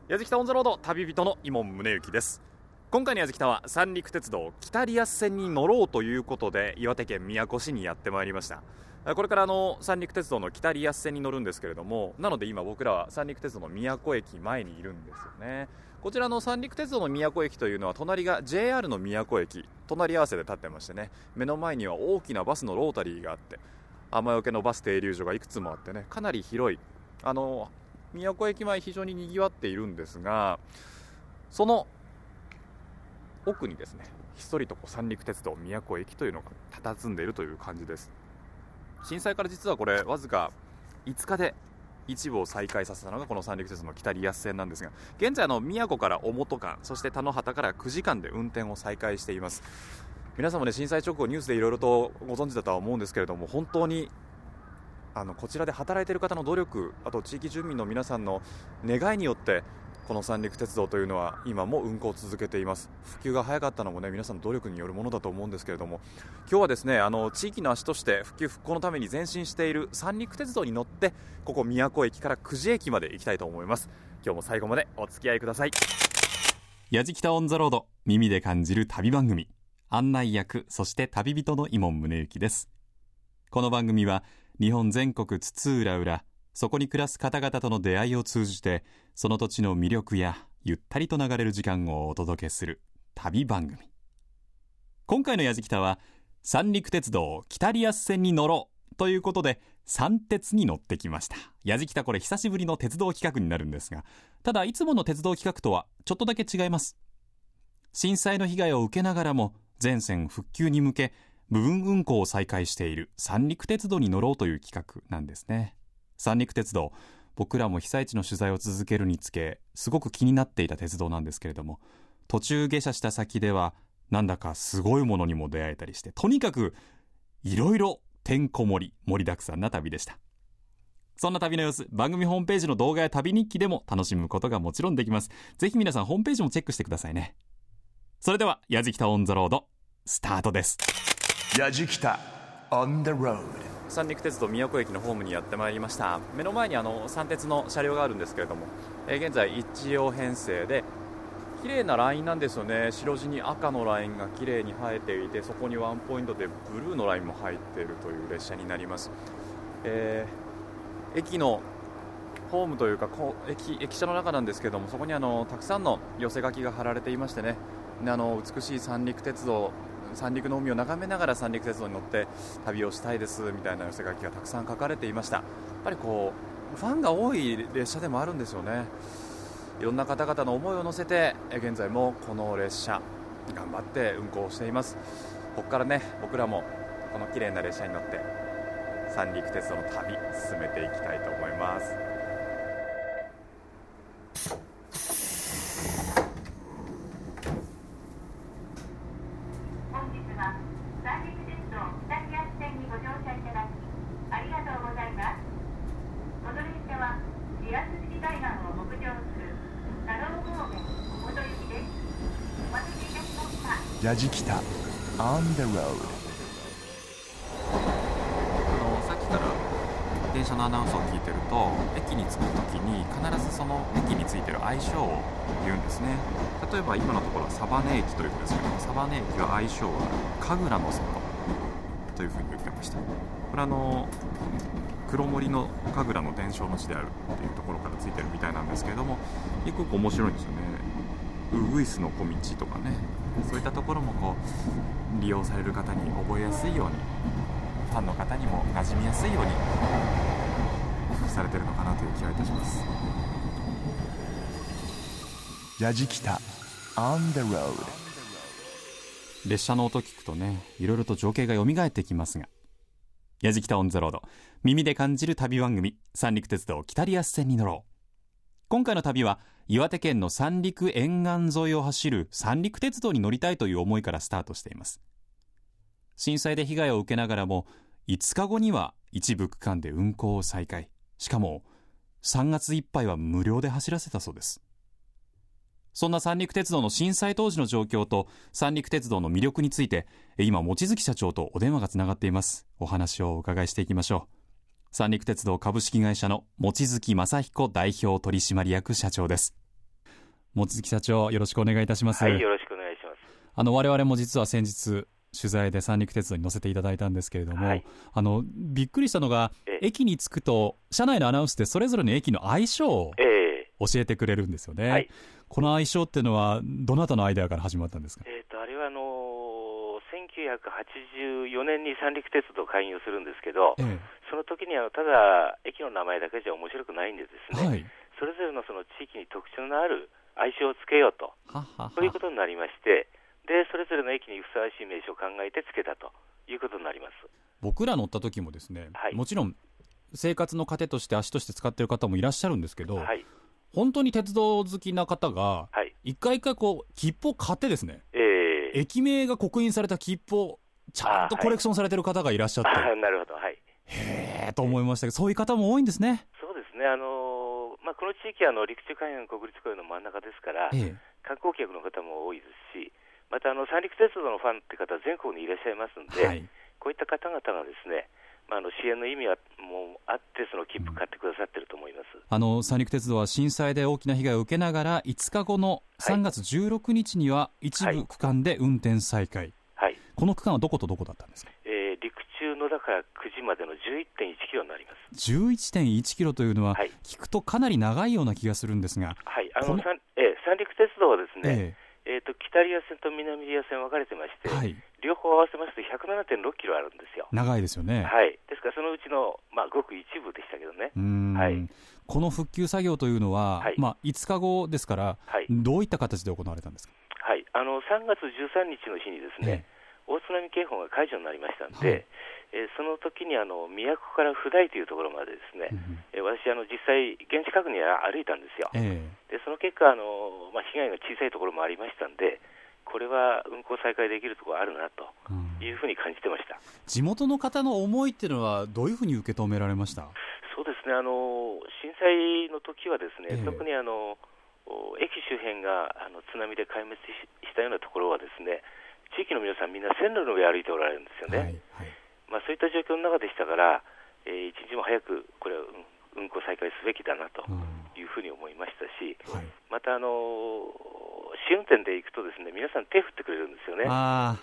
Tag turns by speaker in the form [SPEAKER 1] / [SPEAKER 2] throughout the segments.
[SPEAKER 1] やじきたオンザロード、旅人の伊門宗行です。今回のやじきたは三陸鉄道北リアス線に乗ろうということで岩手県宮古市にやってまいりました。これから三陸鉄道の北リアス線に乗るんですけれども、なので今僕らは三陸鉄道の宮古駅前にいるんですよね。こちらの三陸鉄道の宮古駅というのは隣が JR の宮古駅、隣り合わせで立ってましてね、目の前には大きなバスのロータリーがあって、雨よけのバス停留所がいくつもあってね、かなり広い宮古駅前非常に賑わっているんですが、その奥にですね、ひっそりと三陸鉄道宮古駅というのが佇んでいるという感じです。震災から実はこれわずか5日で一部を再開させたのがこの三陸鉄道の北リアス線なんですが、現在宮古から小本間、そして田野畑から9時間で運転を再開しています。皆さんもね、震災直後ニュースでいろいろとご存知だとは思うんですけれども、本当にこちらで働いている方の努力、あと地域住民の皆さんの願いによってこの三陸鉄道というのは今も運行を続けています。普及が早かったのもね、皆さんの努力によるものだと思うんですけれども、今日はですね、地域の足として普及復興のために前進している三陸鉄道に乗ってここ宮古駅から久慈駅まで行きたいと思います。今日も最後までお付き合いください。
[SPEAKER 2] やじきたオンザロード、耳で感じる旅番組、案内役、そして旅人の伊門宗行です。この番組は日本全国津々浦々、そこに暮らす方々との出会いを通じて、その土地の魅力やゆったりと流れる時間をお届けする旅番組。今回のやじきたは三陸鉄道北リアス線に乗ろうということで、三鉄に乗ってきました。やじきた、これ久しぶりの鉄道企画になるんですが、ただいつもの鉄道企画とはちょっとだけ違います。震災の被害を受けながらも全線復旧に向け部分運行を再開している三陸鉄道に乗ろうという企画なんですね。三陸鉄道、僕らも被災地の取材を続けるにつけすごく気になっていた鉄道なんですけれども、途中下車した先ではなんだかすごいものにも出会えたりして、とにかくいろいろてんこ盛りだくさんな旅でした。そんな旅の様子、番組ホームページの動画や旅日記でも楽しむことがもちろんできます。ぜひ皆さんホームページもチェックしてくださいね。それではやじきたオンザロードスタートです。
[SPEAKER 3] やじきた on the road。
[SPEAKER 1] 三陸鉄道宮古駅のホームにやってまいりました。目の前に三鉄の車両があるんですけれども、現在1両編成で綺麗なラインなんですよね。白地に赤のラインが綺麗に生えていて、そこにワンポイントでブルーのラインも入っているという列車になります。駅のホームというか駅舎の中なんですけれども、そこにたくさんの寄せ書きが貼られていましてね、美しい三陸鉄道、三陸の海を眺めながら三陸鉄道に乗って旅をしたいですみたいな寄せ書きがたくさん書かれていました。やっぱりファンが多い列車でもあるんですよね。いろんな方々の思いを乗せて現在もこの列車頑張って運行しています。ここからね、僕らもこの綺麗な列車に乗って三陸鉄道の旅進めていきたいと思います。
[SPEAKER 3] やじきた on the road。
[SPEAKER 2] さっきから電車のアナウンスを聞いてると、駅に着くときに必ずその駅についてる愛称を言うんですね。例えば今のところはサバネ駅というんですけども、サバネ駅は愛称は神楽の里というふうに言ってました。これ黒森の神楽の伝承の地であるっていうところからついてるみたいなんですけれども、よく面白いんですよね。ウグイスの小道とかね、そういったところも利用される方に覚えやすいように、ファンの方にも馴染みやすいように工夫されているのかなという気がいたします。
[SPEAKER 3] やじきた on the road。
[SPEAKER 2] 列車の音聞くとね、いろいろと情景が蘇ってきますが、やじきたオンザロード、耳で感じる旅番組、三陸鉄道北リアス線に乗ろう。今回の旅は岩手県の三陸沿岸沿いを走る三陸鉄道に乗りたいという思いからスタートしています。震災で被害を受けながらも5日後には一部区間で運行を再開、しかも3月いっぱいは無料で走らせたそうです。そんな三陸鉄道の震災当時の状況と三陸鉄道の魅力について、今望月社長とお電話がつながっています。お話をお伺いしていきましょう。三陸鉄道株式会社の望月正彦代表取締役社長です。 望月社長、よろしくお願いいたします。
[SPEAKER 4] はい、よろしくお願いします。
[SPEAKER 2] 我々も実は先日取材で三陸鉄道に乗せていただいたんですけれども、
[SPEAKER 4] はい、
[SPEAKER 2] びっくりしたのが、駅に着くと車内のアナウンスでそれぞれの駅の愛称を教えてくれるんですよね。はい、この愛称っていうのはどなたのアイデアから始まったんですか？
[SPEAKER 4] あれは1984年に三陸鉄道開業するんですけど、その時にただ駅の名前だけじゃ面白くないんでですね、はい、それぞれのその地域に特徴のある愛称をつけようと、そういうことになりまして、でそれぞれの駅にふさわしい名称を考えてつけたということになります。
[SPEAKER 2] 僕ら乗った時もですね、はい、もちろん生活の糧として足として使っている方もいらっしゃるんですけど、はい、本当に鉄道好きな方が一回一回こう切符を買ってですね、駅名が刻印された切符をちゃんとコレクションされている方がいらっしゃって、な
[SPEAKER 4] るほど、はい、
[SPEAKER 2] へーと思いましたけど、そういう方も多いんですね。
[SPEAKER 4] そうですね、この地域は陸中海岸国立公園の真ん中ですから、観光客の方も多いですし、また三陸鉄道のファンって方は全国にいらっしゃいますので、はい、こういった方々がですね、支援の意味はもうあってその切符買ってくださっていると思います。
[SPEAKER 2] 三陸鉄道は震災で大きな被害を受けながら5日後の3月16日には一部区間で運転再開、はい、この区間はどことどこだったんですか？
[SPEAKER 4] 陸中野田から9時までの 11.1 キロになります。
[SPEAKER 2] 11.1 キロというのは、はい、聞くとかなり長いような気がするんですが、
[SPEAKER 4] はい、三陸鉄道はですね、北リア線と南リア線分かれてまして、はい、両方合わせますと 107.6 キロあるんですよ。
[SPEAKER 2] 長いですよね。
[SPEAKER 4] はい、ですからそのうちの、ごく一部でしたけどね。はい、
[SPEAKER 2] この復旧作業というのは、はい、5日後ですから、はい、どういった形で行われたんですか？
[SPEAKER 4] はい、3月13日の日にですね、大津波警報が解除になりましたので、はい、その時に宮古から普代というところまでですね、私実際現地確認歩いたんですよ。でその結果被害が小さいところもありましたんで、これは運行再開できるところあるなというふうに感じてました。
[SPEAKER 2] 地元の方の思いっていうのはどういうふうに受け止められました？
[SPEAKER 4] そうですね、震災の時はですね、特に駅周辺が津波で壊滅したようなところはですね、地域の皆さんみんな線路の上歩いておられるんですよね。はいはい、そういった状況の中でしたから、一日も早くこれは運行再開すべきだなというふうに思いましたし、また試運転で行くとですね、皆さん手振ってくれるんですよね。はい、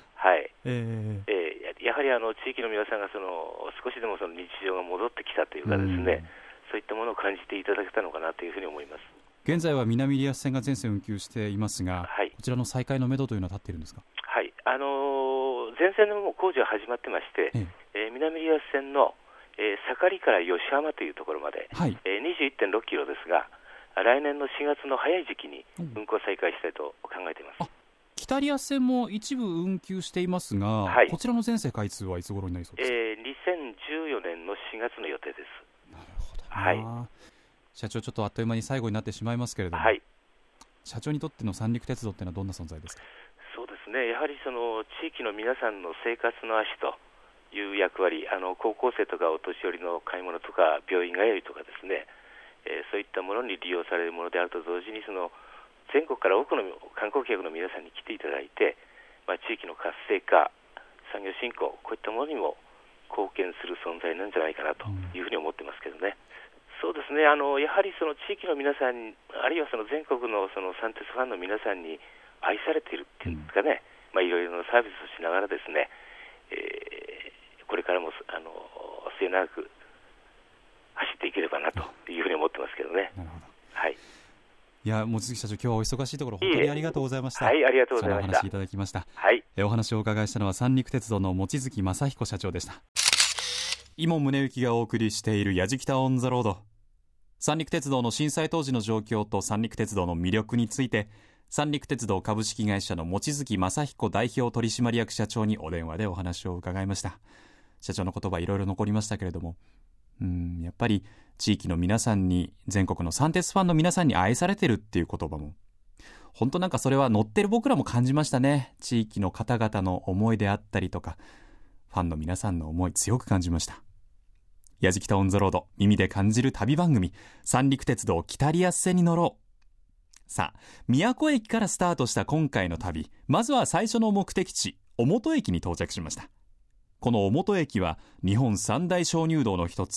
[SPEAKER 4] やはり地域の皆さんが少しでもその日常が戻ってきたというかですね、そういったものを感じていただけたのかなというふうに思います。
[SPEAKER 2] 現在は南リアス線が全線運休していますが、はい、こちらの再開のめどというのは立っているんですか？
[SPEAKER 4] はい、全線のもう工事は始まってまして、南リアス線の盛りから吉浜というところまで、はい、21.6 キロですが、来年の4月の早い時期に運行再開したいと考えています。
[SPEAKER 2] 北リアス線も一部運休していますが、はい、こちらの全線開通はいつ頃になりそうですか
[SPEAKER 4] ？2014年の4月の予定です。
[SPEAKER 2] なるほど、はい、社長、ちょっとあっという間に最後になってしまいますけれども、はい、社長にとっての三陸鉄道ってのはどんな存在ですか？
[SPEAKER 4] そうですね、やはりその地域の皆さんの生活の足という役割、高校生とかお年寄りの買い物とか病院帰りとかですね、そういったものに利用されるものであると同時に、全国から多くの観光客の皆さんに来ていただいて、地域の活性化、産業振興、こういったものにも貢献する存在なんじゃないかなというふうに思ってますけどね。そうですね、やはりその地域の皆さん、あるいはその全国の三鉄ファンの皆さんに愛されているっていうんですかね、いろいろなサービスをしながらですね、これからも末永く走っていければなというふうに思ってますけどね。なるほど、はい、
[SPEAKER 2] いや、望月社長、今日はお忙しいところ本当にありがとうございました。
[SPEAKER 4] はい、ありがとうございました。
[SPEAKER 2] お話いただきました。
[SPEAKER 4] はい、
[SPEAKER 2] お話をお伺いしたのは三陸鉄道の望月正彦社長でした。伊門宗行がお送りしているやじきたオンザロード。三陸鉄道の震災当時の状況と三陸鉄道の魅力について、三陸鉄道株式会社の望月正彦代表取締役社長にお電話でお話を伺いました。社長の言葉いろいろ残りましたけれども、やっぱり地域の皆さんに、全国の三鉄ファンの皆さんに愛されてるっていう言葉も本当それは乗ってる僕らも感じましたね。地域の方々の思いであったりとか、ファンの皆さんの思い強く感じました。やじきたオンザロード、耳で感じる旅番組、三陸鉄道北リアス線に乗ろう。さあ、宮古駅からスタートした今回の旅、まずは最初の目的地、小本駅に到着しました。この小本駅は日本三大鍾乳洞の一つ、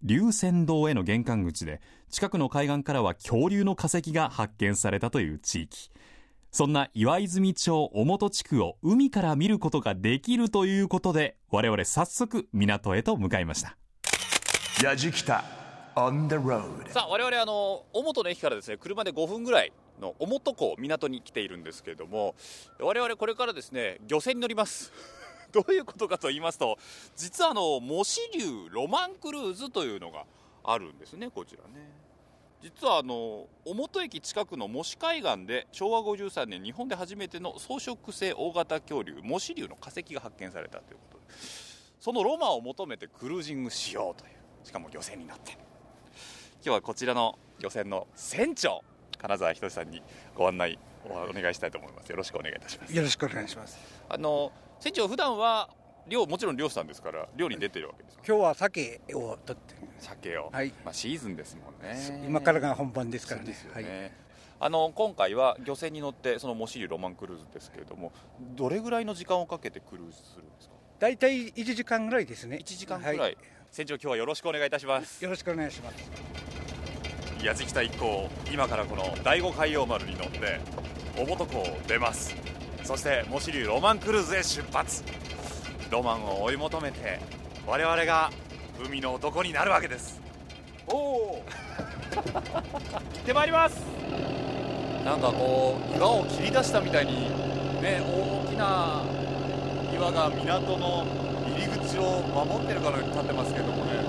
[SPEAKER 2] 龍泉洞への玄関口で、近くの海岸からは恐竜の化石が発見されたという地域。そんな岩泉町小本地区を海から見ることができるということで、我々早速港へと向かいました。
[SPEAKER 3] やじきた on the road。
[SPEAKER 1] さあ我々小本の駅からですね、車で5分ぐらいの小本港港に来ているんですけれども、我々これからですね漁船に乗りますどういうことかと言いますと、実はモシリューロマンクルーズというのがあるんですね。こちらね、実は小本駅近くの模試海岸で昭和53年日本で初めての草食性大型恐竜モシリューの化石が発見されたということで、そのロマンを求めてクルージングしようという、しかも漁船に乗って、今日はこちらの漁船の船長金沢仁さんにご案内をお願いしたいと思います。よろしくお願いいたします。
[SPEAKER 5] よろしくお願いします。
[SPEAKER 1] 船長、普段はもちろん漁師さんですから漁に出てるわけですか？
[SPEAKER 5] 今日は鮭を取ってる。
[SPEAKER 1] 鮭を、
[SPEAKER 5] はい、
[SPEAKER 1] シーズンですもんね。
[SPEAKER 5] 今からが本番ですからね。
[SPEAKER 1] そうですよね。はい、今回は漁船に乗ってそのモシリューロマンクルーズですけれども、どれぐらいの時間をかけてクルーズするんですか？
[SPEAKER 5] だいたい1時間ぐらいですね。
[SPEAKER 1] 1時間ぐらい、
[SPEAKER 5] はい、
[SPEAKER 1] 船長、今日はよろしくお願いいたします。
[SPEAKER 5] よろしくお願いします。
[SPEAKER 1] やじきた一行、今からこの第5海洋丸に乗って小本港を出ます。そしてモシリューロマンクルーズへ出発。ロマンを追い求めて我々が海の男になるわけです。おお行ってまいります。なんかこう岩を切り出したみたいにね、大きな岩が港の入り口を守ってるかのように立ってますけどもね、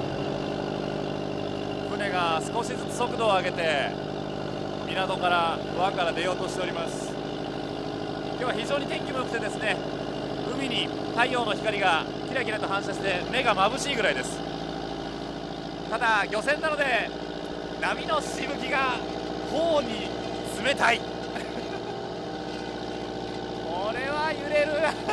[SPEAKER 1] 船が少しずつ速度を上げて港から湾から出ようとしております。今日は非常に天気も良くてですね、海に太陽の光がキラキラと反射して目が眩しいぐらいです。ただ漁船なので波のしぶきが頬に冷たいこれは揺れる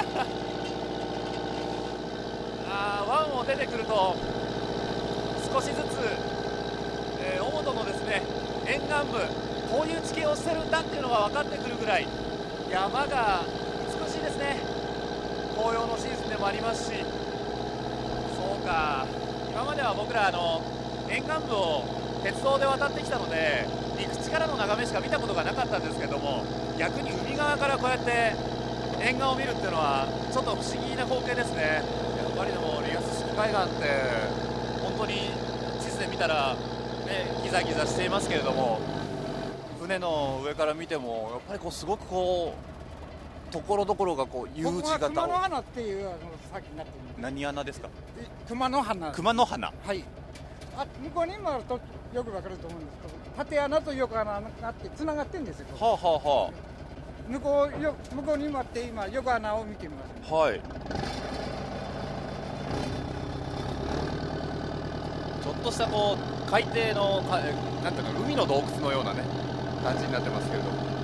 [SPEAKER 1] 湾を出てくると少しずつ、小本のですね沿岸部、こういう地形をしてるんだっていうのが分かってくるぐらい山が美しいですね。紅葉のシーズンでもありますし、そうか、今までは僕ら沿岸部を鉄道で渡ってきたので陸地からの眺めしか見たことがなかったんですけども、逆に海側からこうやって沿岸を見るっていうのはちょっと不思議な光景ですね。やっぱりでもリアス式海岸って本当に地図で見たら、ね、ギザギザしていますけれども、船の上から見てもやっぱりこうすごくこうところどころがこう U 字型を。
[SPEAKER 5] ここは熊の花っていう先になってる。
[SPEAKER 1] 何穴ですか？
[SPEAKER 5] 熊の花。
[SPEAKER 1] 熊の花。
[SPEAKER 5] はい。向こうにもあるとよくわかると思うんですけど、縦穴と横穴があってつながってるんですよ。
[SPEAKER 1] はあはあはあ。
[SPEAKER 5] 向こうにもあって、今横穴を見てみます。
[SPEAKER 1] はい。ちょっとしたこう海底のなんていうの、海の洞窟のようなね感じになってますけれども。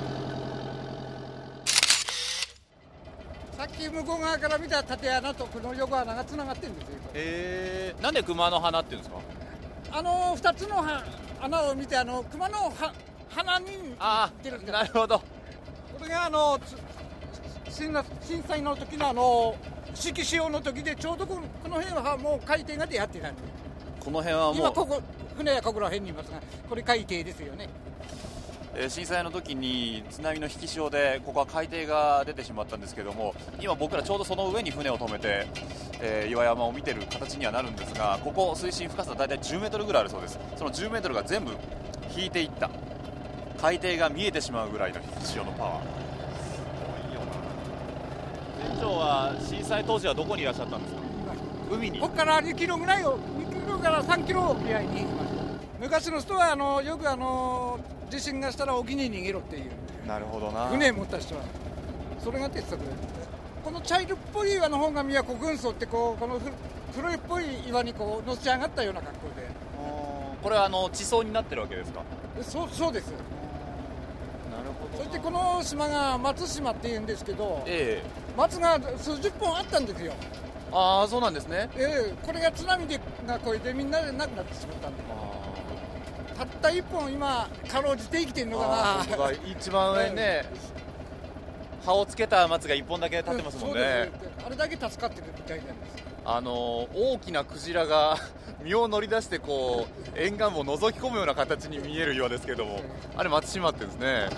[SPEAKER 5] さっき向こう側から見た縦穴とこの横穴がつながってるんですよ。
[SPEAKER 1] なんで熊の花っていうんですか
[SPEAKER 5] ？2つの穴を見て熊の花に出るんです。
[SPEAKER 1] なるほど。
[SPEAKER 5] これが震災の時の指揮潮の時で、ちょうどこの辺はもう海底が出会ってない。
[SPEAKER 1] この辺はもう
[SPEAKER 5] 今ここ船はここら辺にいますが、これ海底ですよね。
[SPEAKER 1] 震災の時に津波の引き潮でここは海底が出てしまったんですけども、今僕らちょうどその上に船を止めて、岩山を見てる形にはなるんですが、ここ水深深さだいたい10メートルぐらいあるそうです。その10メートルが全部引いていった、海底が見えてしまうぐらいの引き潮のパワー。すごいよな。船長は震災当時はどこにいらっしゃったんですか？海に。
[SPEAKER 5] ここから2キロぐらいを2キロから3キロ沖合に行きます。昔の人はよく地震がしたら沖に逃げろっていう。
[SPEAKER 1] なるほどな。
[SPEAKER 5] 船持った人はそれが鉄則で、この茶色っぽい岩の方が宮古群層って、この黒いっぽい岩に乗せ上がったような格好で。
[SPEAKER 1] これは地層になってるわけですか？
[SPEAKER 5] そうです。
[SPEAKER 1] なるほど。
[SPEAKER 5] そしてこの島が松島っていうんですけど、松が数十本あったんですよ。
[SPEAKER 1] ああ、そうなんですね。
[SPEAKER 5] これが津波が越えてみんなでなくなってしまったんで、たった一本今かろうじて生きてるのかな。
[SPEAKER 1] 一番上ね、葉をつけた松が一本だけ立ってますもんね。
[SPEAKER 5] そうです。あれだけ助かってるみたいなんです。
[SPEAKER 1] 大きなクジラが身を乗り出してこう沿岸部を覗き込むような形に見える岩ですけれども、あれ松島ってですね。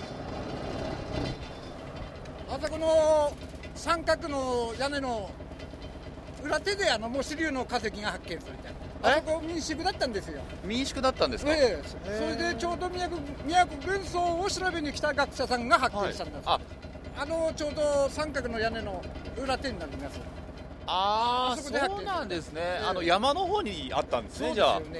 [SPEAKER 5] あそこの三角の屋根の裏手でモシ竜の化石が発見された。あそこ民宿だったんですよ。
[SPEAKER 1] 民宿だったんですか。
[SPEAKER 5] それでちょうど宮古軍曹を調べに来た学者さんが発見したんです、
[SPEAKER 1] はい、
[SPEAKER 5] ちょうど三角の屋根の裏手になります。
[SPEAKER 1] そうなんですね、山の方にあったんですね。じゃあ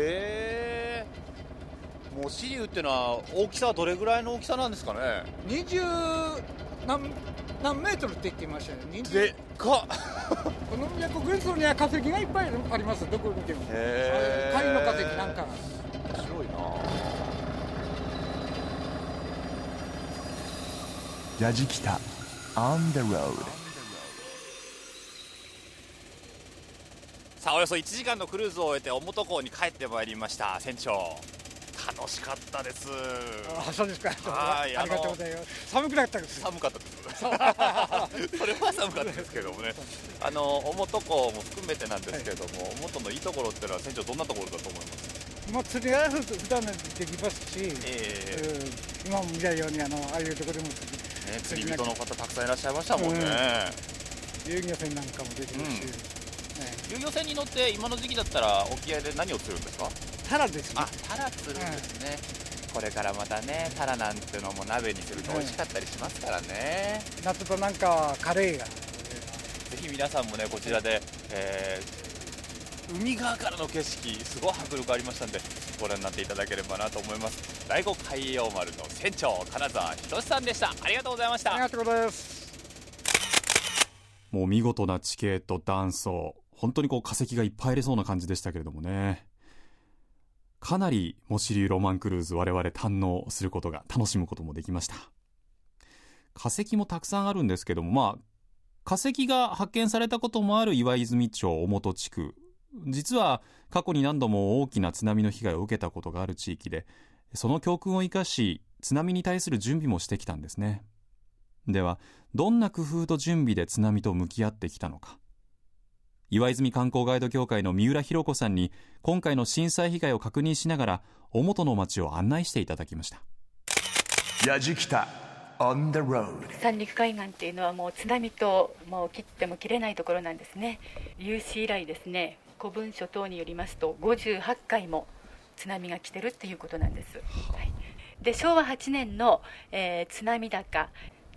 [SPEAKER 1] もう支流っていうのは大きさはどれぐらいの大きさなんですかね。
[SPEAKER 5] 20何メートルって言ってましたよ。
[SPEAKER 1] でっか
[SPEAKER 5] この都軍曹には化石がいっぱいあります。どこ見ても貝の化石なんか
[SPEAKER 1] 面白いな。
[SPEAKER 3] やじきた On the road。
[SPEAKER 1] さあおよそ1時間のクルーズを終えて小本港に帰ってまいりました。船長楽しかったです。
[SPEAKER 5] そうですか。ありがとうございます。寒くなったです。
[SPEAKER 1] 寒かったですそれは寒かったですけどもね小本港も含めてなんですけれども、小本のいいところっていうのは船長どんなところだと思います？
[SPEAKER 5] もう釣りは普段できますし、今も見たようにああいうところでも
[SPEAKER 1] 釣り人の方たくさんいらっしゃいましたもんね。
[SPEAKER 5] 遊漁船なんかもできますし、
[SPEAKER 1] 遊漁船に乗って今の時期だったら沖合で何を釣るんですか？
[SPEAKER 5] タラですね。
[SPEAKER 1] タラ釣るんですね。これからまたねタラなんていうのも鍋にすると美味しかったりしますからね。
[SPEAKER 5] 夏場なんかはカレーがぜ
[SPEAKER 1] ひ皆さんもねこちらで、海側からの景色すごい迫力ありましたんでご覧になっていただければなと思います。第5海洋丸の船長金沢仁さんでした。ありがとうございました。
[SPEAKER 5] ありがとうございます。
[SPEAKER 2] もう見事な地形と断層、本当にこう化石がいっぱいありそうな感じでしたけれどもね、かなりモシリューロマンクルーズ我々堪能することが楽しむこともできました。化石もたくさんあるんですけども、化石が発見されたこともある岩泉町小本地区、実は過去に何度も大きな津波の被害を受けたことがある地域で、その教訓を生かし津波に対する準備もしてきたんですね。ではどんな工夫と準備で津波と向き合ってきたのか、岩泉観光ガイド協会の三浦弘子さんに今回の震災被害を確認しながら小本の町を案内していただきました。
[SPEAKER 3] やじきた On the road。
[SPEAKER 6] 三陸海岸っていうのはもう津波ともう切っても切れないところなんですね。有史以来ですね、古文書等によりますと58回も津波が来てるっていうことなんです、で昭和8年の、津波高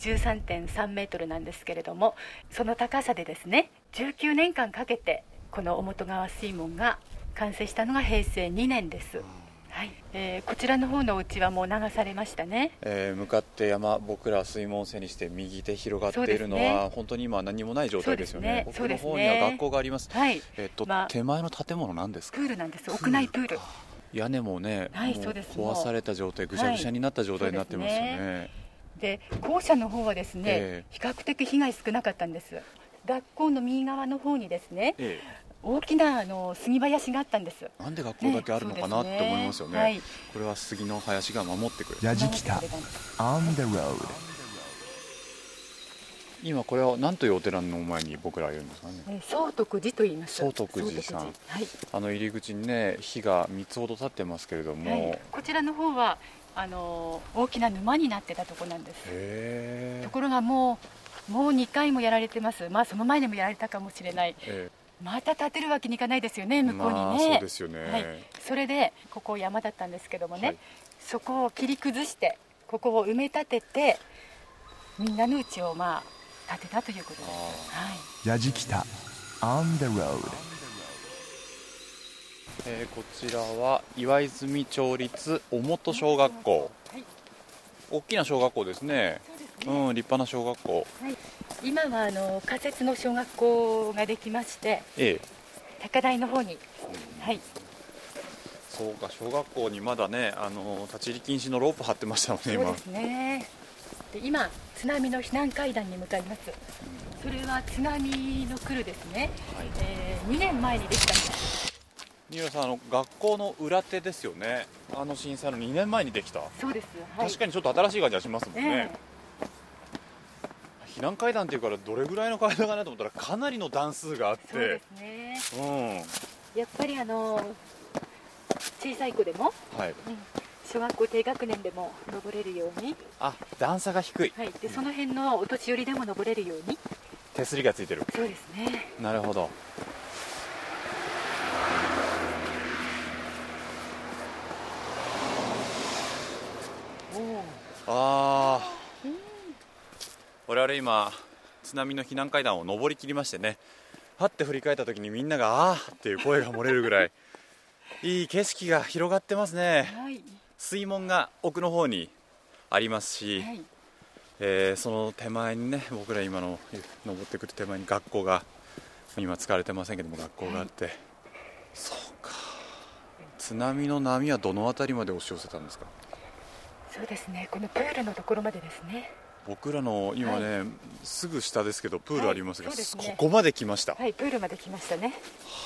[SPEAKER 6] 13.3 メートルなんですけれども、その高さでですね19年間かけてこの小本川水門が完成したのが平成2年です。こちらの方のお家はもう流されましたね。
[SPEAKER 1] 向かって山、僕ら水門を背にして右手広がっているのは、本当に今何もない状態ですよね。奥の方には学校があります。手前の建物なんですか？
[SPEAKER 6] プールなんです。屋内プール。
[SPEAKER 1] 屋根もね、もう壊された状態、ぐしゃぐしゃになった状態になってますよね。
[SPEAKER 6] で校舎の方はですね、比較的被害少なかったんです。学校の右側の方にですね、大きな杉林があったんです。
[SPEAKER 1] なんで学校だけあるのかなって思いますよね。これは杉の林が守ってくれる。
[SPEAKER 3] やじきた On the road。
[SPEAKER 1] 今これは何というお寺の前に僕らはいるんですかね。
[SPEAKER 6] 宗徳寺と言います。
[SPEAKER 1] 宗徳寺さん、入り口にね火が3つほど立ってますけれども、
[SPEAKER 6] こちらの方は大きな沼になってたところなんです。ところがもう2回もやられてます。その前にもやられたかもしれない。また建てるわけにいかないですよね、向こうにね。
[SPEAKER 1] そうですよね。
[SPEAKER 6] それでここ山だったんですけどもね、そこを切り崩してここを埋め立ててみんなの家を建てたということです。
[SPEAKER 3] やじきた On the road。
[SPEAKER 1] こちらは岩泉町立小本小学校、大きな小学校ですね。立派な小学校。
[SPEAKER 6] 今は仮設の小学校ができまして、高台の方に、
[SPEAKER 1] そうか、小学校にまだね立ち入り禁止のロープ張ってましたもんね。
[SPEAKER 6] そうですね。で今津波の避難階段に向かいます。それは津波の来るですね、2年前にできたみたいです。
[SPEAKER 1] 三浦さん、学校の裏手ですよね。震災の2年前にできた。
[SPEAKER 6] そうです、
[SPEAKER 1] 確かにちょっと新しい感じがしますもんね。 避難階段っていうからどれぐらいの階段かなと思ったらかなりの段数があって、
[SPEAKER 6] そうですね、
[SPEAKER 1] うん、
[SPEAKER 6] やっぱり小さい子でも、
[SPEAKER 1] はい、
[SPEAKER 6] 小学校低学年でも登れるように、
[SPEAKER 1] 段差が低い、
[SPEAKER 6] はい、でその辺のお年寄りでも登れるように
[SPEAKER 1] 手すりがついてる。
[SPEAKER 6] そうですね。
[SPEAKER 1] なるほど。我々今津波の避難階段を登りきりましてね、はって振り返った時にみんながあーっていう声が漏れるぐらいいい景色が広がってますね、はい、水門が奥の方にありますし、はい、その手前にね、僕ら今の登ってくる手前に学校が、今使われてませんけども学校があって、はい、そうか、津波の波はどの辺りまで押し寄せたんですか？
[SPEAKER 6] そうですね、このプールのところまでですね。
[SPEAKER 1] 僕らの今ね、はい、すぐ下ですけどプールありますが、はい、
[SPEAKER 6] そうですね、
[SPEAKER 1] ここまで来ました。
[SPEAKER 6] はい、プールまで来ましたね。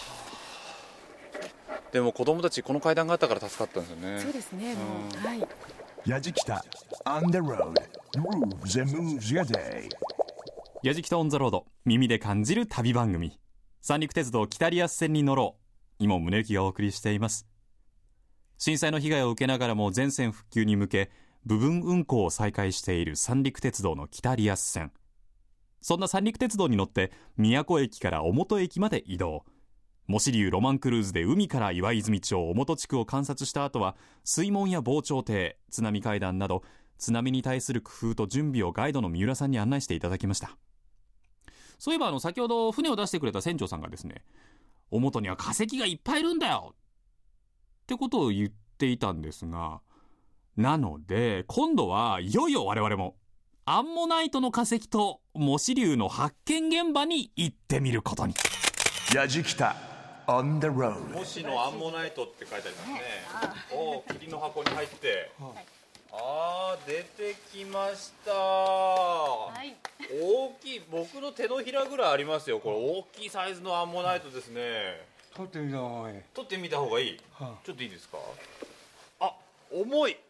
[SPEAKER 1] でも子供たちこの階段があったから助かったんですよね。
[SPEAKER 6] そうですね、はい。
[SPEAKER 3] やじきた on the road grooves and moves your day。
[SPEAKER 2] やじきたオンザロード、耳で感じる旅番組、三陸鉄道北リアス線に乗ろう、今宗行がお送りしています。震災の被害を受けながらも全線復旧に向け部分運行を再開している三陸鉄道の北リアス線。そんな三陸鉄道に乗って宮古駅から小本駅まで移動。模試流ロマンクルーズで海から岩泉町小本地区を観察した後は、水門や防潮堤、津波階段など津波に対する工夫と準備をガイドの三浦さんに案内していただきました。そういえば先ほど船を出してくれた船長さんがですね、小本には化石がいっぱいいるんだよってことを言っていたんですが、なので今度はいよいよ我々もアンモナイトの化石と模試流の発見現場に行ってみることに。
[SPEAKER 3] やじきた on the road。
[SPEAKER 1] 模試のアンモナイトって書いてありますね。霧の箱に入って、出てきました、はい、大きい、僕の手のひらぐらいありますよ。これ大きいサイズのアンモナイトですね。
[SPEAKER 5] 取ってみた方がいい。
[SPEAKER 1] 取ってみた方がいい、ちょっといいですか。重い、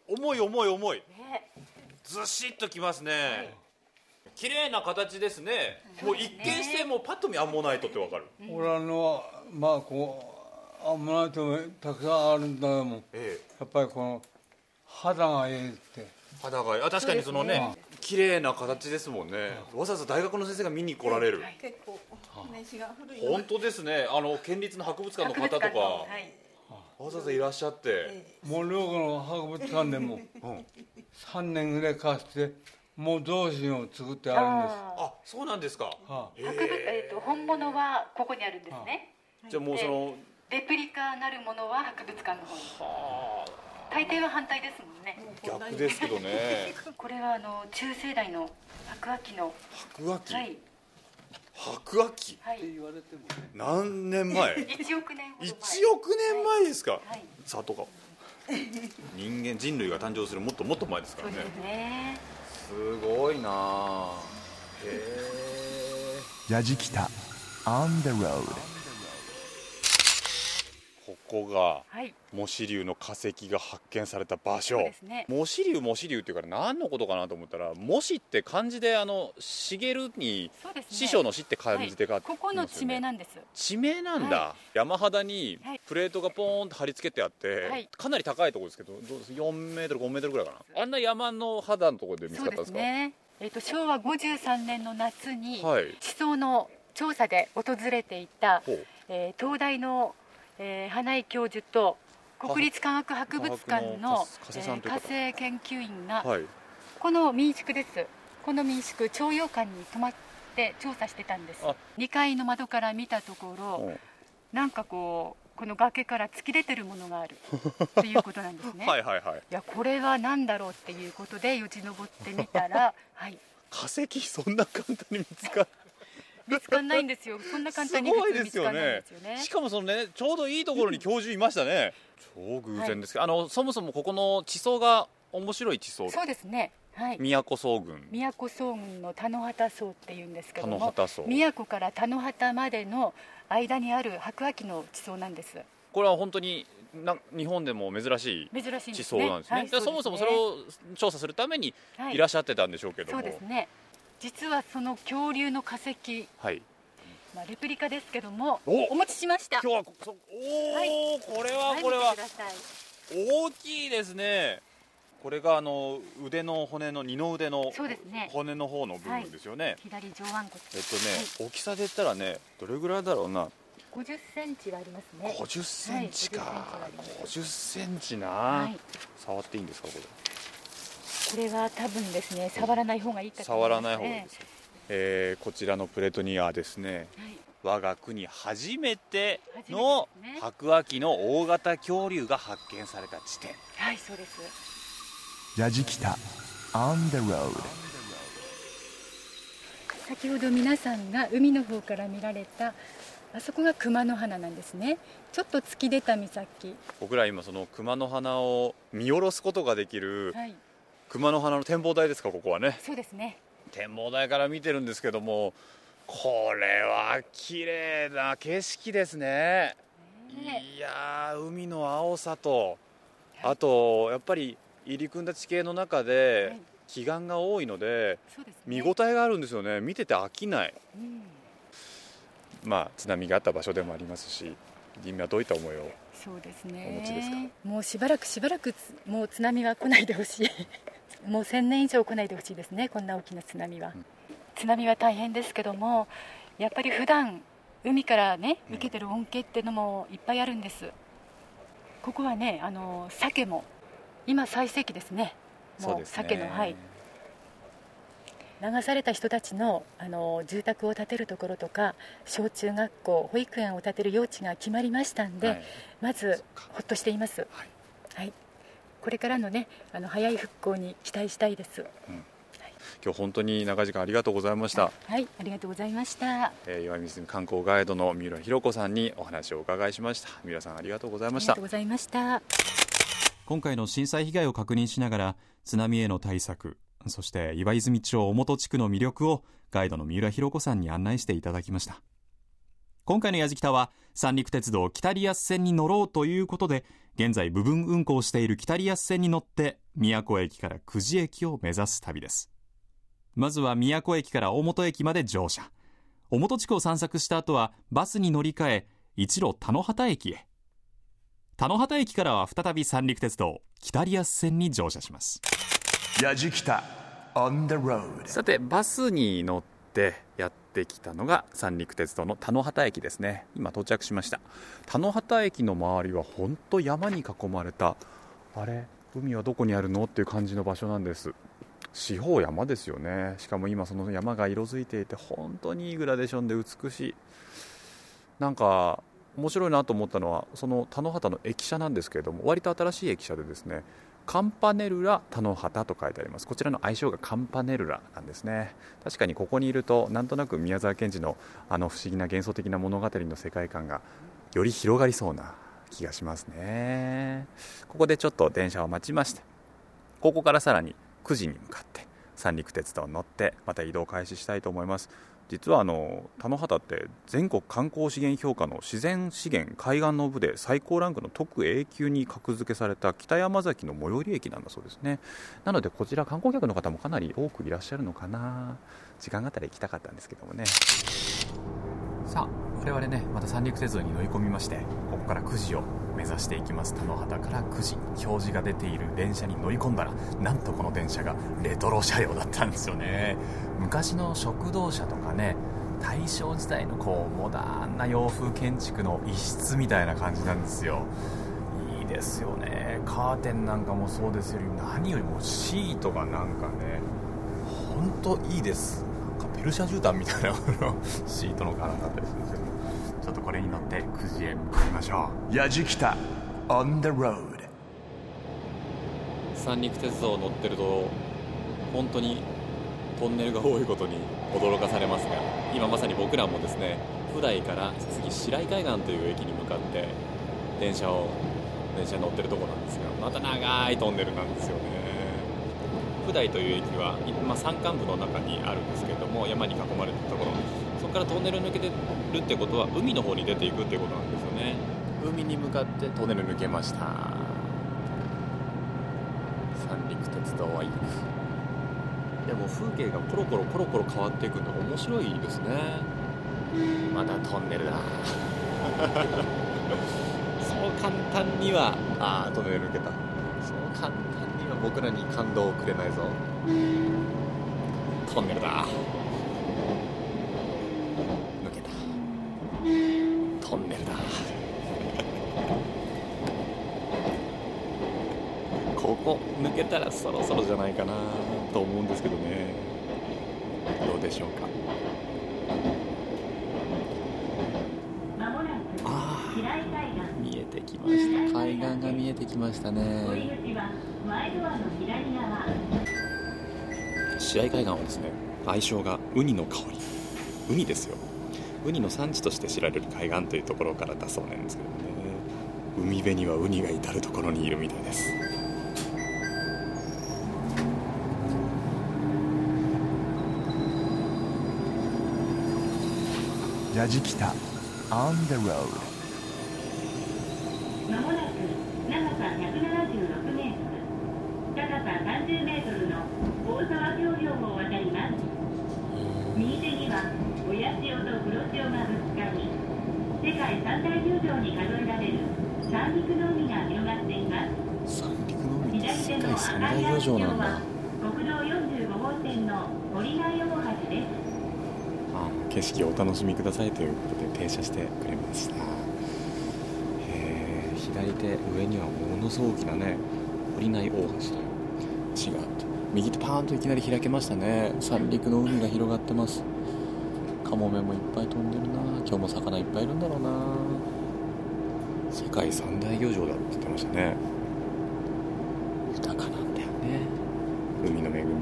[SPEAKER 1] ずしっときますね。綺麗な形ですね。もう一見してもうパッと見アンモナイトってわかる。
[SPEAKER 5] 俺こうアンモナイトたくさんあるんだもん、やっぱりこの肌がいいって。
[SPEAKER 1] 肌がいい。確かにそのね、綺麗な形ですもんね。わざわざ大学の先生が見に来られる。
[SPEAKER 7] 結構年が古い。
[SPEAKER 1] 本当ですね。県立の博物館の方とか、わざわざいらっしゃって、
[SPEAKER 5] もう両国の博物館でも3年ぐらい貸してもう同心を作ってあるんです。
[SPEAKER 1] そうなんですか。
[SPEAKER 6] 本物はここにあるんですね。
[SPEAKER 1] じゃあもうその
[SPEAKER 6] レプリカなるものは博物館の方に。大抵は反対ですもんね。
[SPEAKER 1] 逆ですけどね。
[SPEAKER 6] これは中生代の白亜紀の。
[SPEAKER 1] 白亜紀。
[SPEAKER 6] はい。
[SPEAKER 1] 白亜紀。
[SPEAKER 6] はい。
[SPEAKER 1] 何年前
[SPEAKER 6] ？1億年ほど前。
[SPEAKER 1] 1億年前ですか。
[SPEAKER 6] はい。
[SPEAKER 1] さあとか人類が誕生するもっともっと前ですからね。
[SPEAKER 6] そうですね。
[SPEAKER 1] すごいな。
[SPEAKER 3] やじきた on the road。
[SPEAKER 1] ここが模試流の化石が発見された場所。模試流っていうから何のことかなと思ったら、模試って漢字で茂に師匠の師って漢字で書いてますよね。
[SPEAKER 6] ここの地名なんです。
[SPEAKER 1] 地名なんだ。山肌にプレートがポーンと貼り付けてあって、かなり高いところですけど、どうです？4メートル5メートルぐらいかな。あんな山の肌のところで見つかったんですか？
[SPEAKER 6] そうですね。昭和53年の夏に地層の調査で訪れていた、東大の花井教授と国立科学博物館の火星研究員が、この民宿です。この民宿徴用館に泊まって調査してたんです。2階の窓から見たところ、なんかこの崖から突き出てるものがあるっていうことなんですね。いや、これは何だろうっていうことでよじ登ってみたら、
[SPEAKER 1] 化石そんな簡単に見つかる？
[SPEAKER 6] 見つかんないんですよ。そんな簡単に普通見つかんないんですよね。
[SPEAKER 1] しかもそのね、ちょうどいいところに教授いましたね。超偶然ですけど、そもそもここの地層が面白い地層。
[SPEAKER 6] そうですね。
[SPEAKER 1] 宮古層群
[SPEAKER 6] の田野畑層っていうんですけども、宮古から田野畑までの間にある白亜紀の地層なんです。
[SPEAKER 1] これは本当に日本でも珍しい地層なんですね。そもそもそれを調査するためにいらっしゃってたんでしょうけども、
[SPEAKER 6] そうですね。 実はその恐竜の化石、
[SPEAKER 1] はい、
[SPEAKER 6] レプリカですけども お持ちしました。
[SPEAKER 1] 今日ははい、これは大きいですね。これが腕の骨の二の腕の骨の方の部分ですよね。
[SPEAKER 6] 左上腕骨。
[SPEAKER 1] 大きさで言ったらね、どれぐらいだろうな。
[SPEAKER 6] 50センチはありますね。
[SPEAKER 1] 50センチか。50センチな。触っていいんですかこれ。
[SPEAKER 6] これは多分ですね、触らない方がいいかと思います。
[SPEAKER 1] 触らない方がいいです。こちらのプレートにはですね、我が国初めての白亜紀の大型恐竜が発見された地点。
[SPEAKER 6] はい、そうです。
[SPEAKER 3] やじきた On the road。
[SPEAKER 6] 先ほど皆さんが海の方から見られたあそこが熊の花なんですね。ちょっと突き出た岬。
[SPEAKER 1] 僕ら今その熊の花を見下ろすことができる、熊の花の展望台ですか、ここはね。
[SPEAKER 6] そうですね。
[SPEAKER 1] 展望台から見てるんですけども、これは綺麗な景色ですね。いやー、海の青さと、あとやっぱり入り組んだ地形の中で奇岩が多いので、見応えがあるんですよね。見てて飽きない、津波があった場所でもありますし、今どういった思いをお持ちですか？
[SPEAKER 6] もうしばらくもう津波は来ないでほしいもう1000年以上来ないでほしいですね、こんな大きな津波は。津波は大変ですけども、やっぱり普段海からね受けてる恩恵っていうのもいっぱいあるんです。ここはね、鮭も今最盛期ですね。もう鮭の、流された人たちの、住宅を建てるところとか、小中学校、保育園を建てる用地が決まりましたんで、まずほっとしています。これからのね、早い復興に期待したいです。
[SPEAKER 1] 今日本当に長い時間ありがとうございました。
[SPEAKER 6] はい、ありがとうございました。
[SPEAKER 1] 岩見観光ガイドの三浦寛子さんにお話をお伺いしました。三浦さん、ありがとうございました。
[SPEAKER 6] ありがとうございました。
[SPEAKER 2] 今回の震災被害を確認しながら、津波への対策、そして岩泉町小本地区の魅力をガイドの三浦寛子さんに案内していただきました。今回のやじきたは三陸鉄道北リアス線に乗ろうということで、現在部分運行している北リアス線に乗って宮古駅から久慈駅を目指す旅です。まずは宮古駅から大本駅まで乗車。小本地区を散策した後はバスに乗り換え、一路田野畑駅へ。田野畑駅からは再び三陸鉄道北リアス線に乗車します。
[SPEAKER 3] やじきた On the road。
[SPEAKER 1] さて、バスに乗ってやってきたのが三陸鉄道の田野畑駅ですね。今到着しました。田野畑駅の周りは本当山に囲まれた、あれ、海はどこにあるのっていう感じの場所なんです。四方山ですよね。しかも今その山が色づいていて本当にいいグラデーションで美しい。なんか面白いなと思ったのは、その田野畑の駅舎なんですけれども、割と新しい駅舎でですね、カンパネルラ田野畑と書いてあります。こちらの愛称がカンパネルラなんですね。確かにここにいるとなんとなく宮沢賢治の不思議な幻想的な物語の世界観がより広がりそうな気がしますね。ここでちょっと電車を待ちまして、ここからさらに9時に向かって三陸鉄道に乗ってまた移動開始したいと思います。実は田野畑って全国観光資源評価の自然資源海岸の部で最高ランクの特 A 級に格付けされた北山崎の最寄り駅なんだそうですね。なのでこちら観光客の方もかなり多くいらっしゃるのかな。時間があったら行きたかったんですけどもね。さあ、我々ね、また三陸鉄道に乗り込みまして、ここから9時を目指していきます。田野畑から9時、表示が出ている電車に乗り込んだら、なんとこの電車がレトロ車両だったんですよね。昔の食堂車とかね、大正時代のモダンな洋風建築の一室みたいな感じなんですよ。いいですよね。カーテンなんかもそうですより、何よりもシートがなんかね、ほんといいです。なんかペルシャ絨毯みたいなシートの柄だったりするんですけど、ちょっとこれに乗って9時へ向かいましょう。
[SPEAKER 3] やじきた On the road。
[SPEAKER 2] 三陸鉄道を乗ってると本当にトンネルが多いことに驚かされますが、今まさに僕らもですね、普代から次白井海岸という駅に向かって電車に乗ってるところなんですが、また長いトンネルなんですよね。普代という駅は、山間部の中にあるんですけれども、山に囲まれているところ、そこからトンネル抜けてるってことは海の方に出ていくっていうことなんですよね。海に向かってトンネル抜けました。三陸鉄道は行く。
[SPEAKER 1] でも風景がコロコロ変わっていくのが面白いですね。まだトンネルだそう簡単にはトンネル抜けた。そう簡単には僕らに感動をくれないぞ。トンネルだ。抜けた。トンネルだここ抜けたらそろそろじゃないかなと思うんですけどね。どうでしょうか。見えてきました。海岸が見えてきましたね。白井海岸はですね、愛称がウニの香り。ウニですよ。ウニの産地として知られる海岸というところからだそうなんですけどね。海辺にはウニが至るところにいるみたいです。
[SPEAKER 3] ラジキタ On the road。
[SPEAKER 8] まもなく長さ176メートル、高さ30メートルの大沢橋梁を渡ります。右手には親潮と黒潮がぶつかり、世界三大漁場に数えられる三陸の海が広がっています。
[SPEAKER 1] 三陸の海って世界三大漁場なんだ。
[SPEAKER 8] 国道45号線の堀内大橋です。
[SPEAKER 1] 景色をお楽しみくださいということで停車してくれました。左手上にはものすごく大きなね、堀内大橋という橋があって、右手パーンといきなり開けましたね。三陸の海が広がってます。カモメもいっぱい飛んでるな。今日も魚いっぱいいるんだろうな。世界三大漁場だって言ってましたね。豊かなんだよね、海の恵みがね。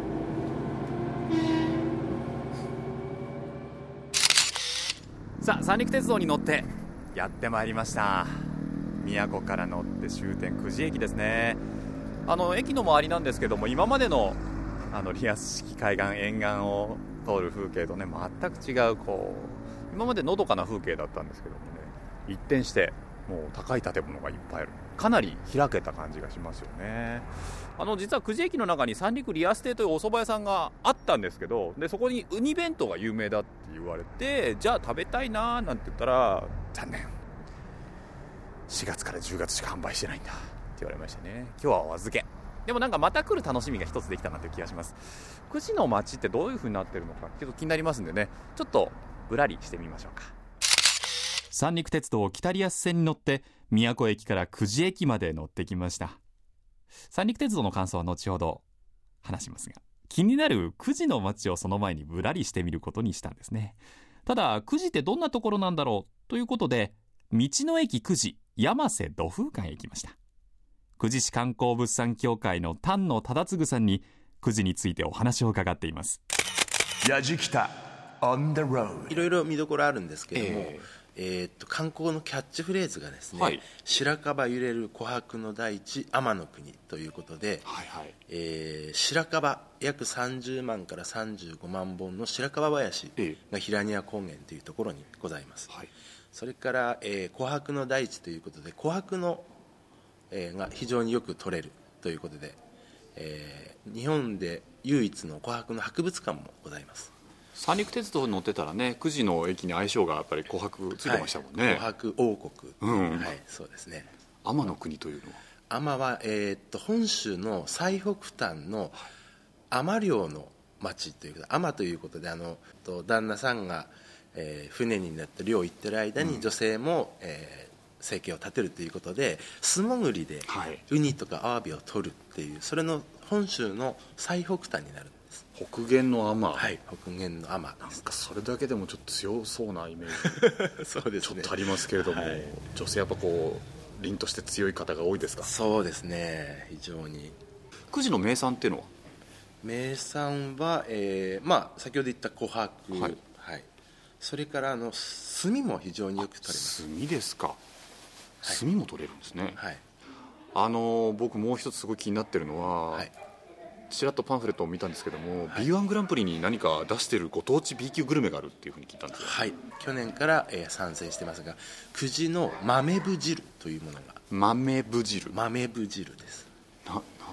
[SPEAKER 1] さあ、三陸鉄道に乗ってやってまいりました。宮古から乗って終点久慈駅ですね。駅の周りなんですけども、今までのリアス式海岸沿岸を通る風景とね、全く違う今までのどかな風景だったんですけどもね、一転してもう高い建物がいっぱいある。かなり開けた感じがしますよね。実は久慈駅の中に三陸リアス亭というお蕎麦屋さんがあったんですけど、でそこにウニ弁当が有名だって言われて、じゃあ食べたいななんて言ったら、残念、4月から10月しか販売してないんだって言われましたね。今日はお預け。でもなんかまた来る楽しみが一つできたなという気がします。久慈の街ってどういう風になってるのかちょっと気になりますんでね、ちょっとぶらりしてみましょうか。
[SPEAKER 2] 三陸鉄道北リアス線に乗って宮古駅から久慈駅まで乗ってきました。三陸鉄道の感想は後ほど話しますが、気になる久慈の街をその前にぶらりしてみることにしたんですね。ただ久慈ってどんなところなんだろうということで、道の駅久慈山瀬土風館へ行きました。久慈市観光物産協会の丹野忠次さんに久慈についてお話を伺っています。
[SPEAKER 3] ラジキタ On the road。
[SPEAKER 9] いろいろ見どころあるんですけども、観光のキャッチフレーズがですね、はい、白樺揺れる琥珀の大地天の国ということで、はいはい、白樺約30万から35万本の白樺林が平庭高原というところにございます、はい、それから、琥珀の大地ということで琥珀の、が非常によく取れるということで、日本で唯一の琥珀の博物館もございます。
[SPEAKER 1] 三陸鉄道に乗ってたらね、久慈の駅に愛称がやっぱり琥珀ついてましたもんね、
[SPEAKER 9] はい、琥珀王国、はい、そうですね。
[SPEAKER 1] 天の国というのは、
[SPEAKER 9] 天は、本州の最北端の海漁の町ということで、海ということで旦那さんが、船になって漁行ってる間に女性も、生計を立てるということで素潜りでウニとかアワビを取るっていう、それの本州の最北端になる。
[SPEAKER 1] 北限の海、
[SPEAKER 9] はい、北限の海です。
[SPEAKER 1] なんかそれだけでもちょっと強そうなイメージ
[SPEAKER 9] そうですね、
[SPEAKER 1] ちょっとありますけれども、はい、女性やっぱ凛として強い方が多いですか？
[SPEAKER 9] そうですね、非常に。
[SPEAKER 1] 久慈の名産っていうのは？
[SPEAKER 9] 名産は、先ほど言った琥珀、はいはい、それから炭も非常によく取れます。
[SPEAKER 1] 炭ですか、はい、炭も取れるんですね、はい、僕もう一つすごい気になってるのは、はい、ちらっとパンフレットを見たんですけども、はい、B1 グランプリに何か出してるご当地 B 級グルメがあるっていうふうに聞いたんですよ。
[SPEAKER 9] はい、去年から、参戦してますが、久慈の豆腐汁というものが。
[SPEAKER 1] 豆腐汁？
[SPEAKER 9] 豆腐汁です。
[SPEAKER 1] なん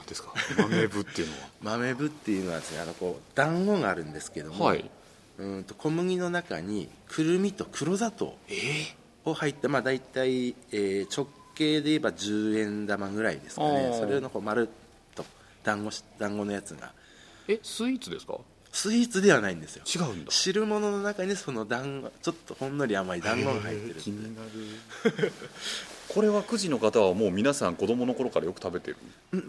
[SPEAKER 1] ですか、豆部っていうのは。
[SPEAKER 9] 豆部っていうのはですね、こう団子があるんですけども、
[SPEAKER 1] はい、
[SPEAKER 9] 小麦の中にくるみと黒砂糖を入った、大体、直径で言えば10円玉ぐらいですかね。それのこう丸っと団子のやつが。
[SPEAKER 1] スイーツですか？
[SPEAKER 9] スイーツではないんですよ。
[SPEAKER 1] 違うんだ。
[SPEAKER 9] 汁物の中にその団子、ちょっとほんのり甘い団子が入ってる。
[SPEAKER 1] 気になるこれは久慈の方はもう皆さん子供の頃からよく食べてる？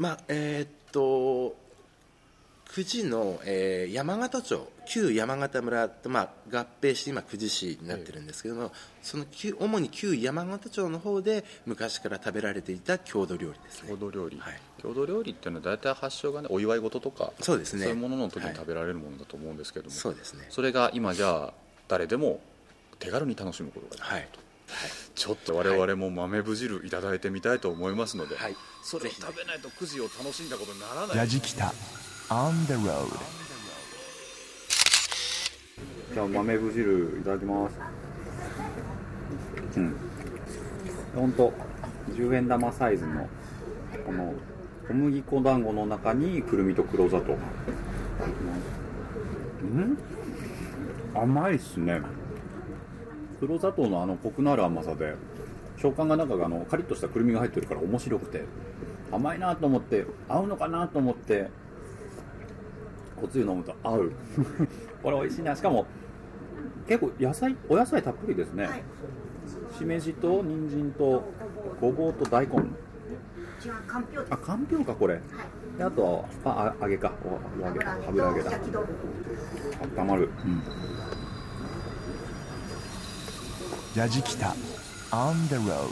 [SPEAKER 9] 久慈の、山形町、旧山形村と、合併して今久慈市になってるんですけども、その主に旧山形町の方で昔から食べられていた郷土料理ですね。
[SPEAKER 1] 郷土料理、
[SPEAKER 9] はい、
[SPEAKER 1] 郷土料理っていうのは大体発祥がね、お祝い事とか
[SPEAKER 9] そうですね、
[SPEAKER 1] そういうものの時に食べられるものだと思うんですけども、
[SPEAKER 9] そうですね、
[SPEAKER 1] それが今じゃあ誰でも手軽に楽しむことができると、はい、ちょっと我々も豆ぶ汁いただいてみたいと思いますので、はい、それを食べないと久慈を楽しんだことにならない。
[SPEAKER 3] やじきた On the road。
[SPEAKER 1] じゃあ豆ぶ汁いただきます。ほんと10円玉サイズのこの小麦粉団子の中にくるみと黒砂糖、甘いっすね。黒砂糖のコクのある甘さで食感が中がカリッとしたくるみが入ってるから面白くて、甘いなと思って合うのかなと思っておつゆ飲むと合うこれ美味しいな。しかも結構お野菜たっぷりですね、はい、しめじと人参とごぼうと大根、
[SPEAKER 7] かんぴょうです。
[SPEAKER 1] かんぴょうかこれ、はい、であとは揚げか油揚げだ。温まる。
[SPEAKER 3] やじきた On the road。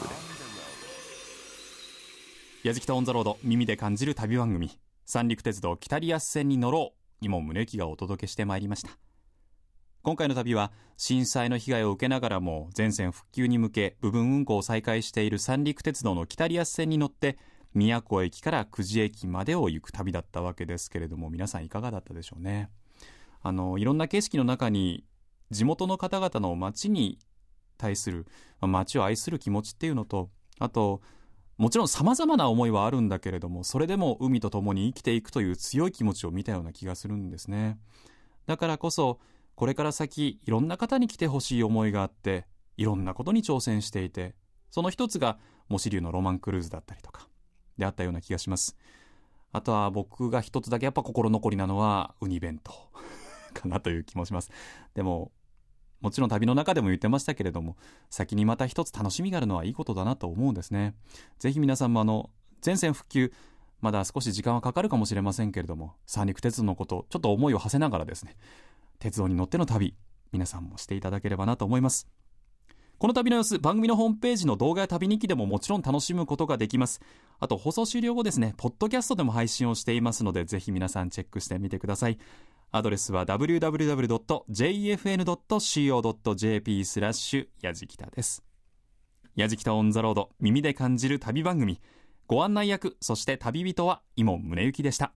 [SPEAKER 2] やじきたオンザロード、耳で感じる旅番組、三陸鉄道北リアス線に乗ろう、伊門宗行がお届けしてまいりました。今回の旅は震災の被害を受けながらも全線復旧に向け部分運行を再開している三陸鉄道の北リアス線に乗って宮古駅から久慈駅までを行く旅だったわけですけれども、皆さんいかがだったでしょうね。いろんな景色の中に地元の方々の街に対する、街を愛する気持ちっていうのと、あともちろん様々な思いはあるんだけれども、それでも海と共に生きていくという強い気持ちを見たような気がするんですね。だからこそこれから先いろんな方に来てほしい思いがあって、いろんなことに挑戦していて、その一つがモシリュウのロマンクルーズだったりとかであったような気がします。あとは僕が一つだけやっぱ心残りなのはウニ弁当かなという気もします。でももちろん旅の中でも言ってましたけれども、先にまた一つ楽しみがあるのはいいことだなと思うんですね。ぜひ皆さんも全線復旧まだ少し時間はかかるかもしれませんけれども、三陸鉄道のことちょっと思いを馳せながらですね、鉄道に乗っての旅皆さんもしていただければなと思います。この旅の様子、番組のホームページの動画や旅日記でももちろん楽しむことができます。あと放送終了後ですね、ポッドキャストでも配信をしていますので、ぜひ皆さんチェックしてみてください。アドレスは www.jfn.co.jp/ やじきたです。やじきたオンザロード、耳で感じる旅番組、ご案内役そして旅人は伊門宗行でした。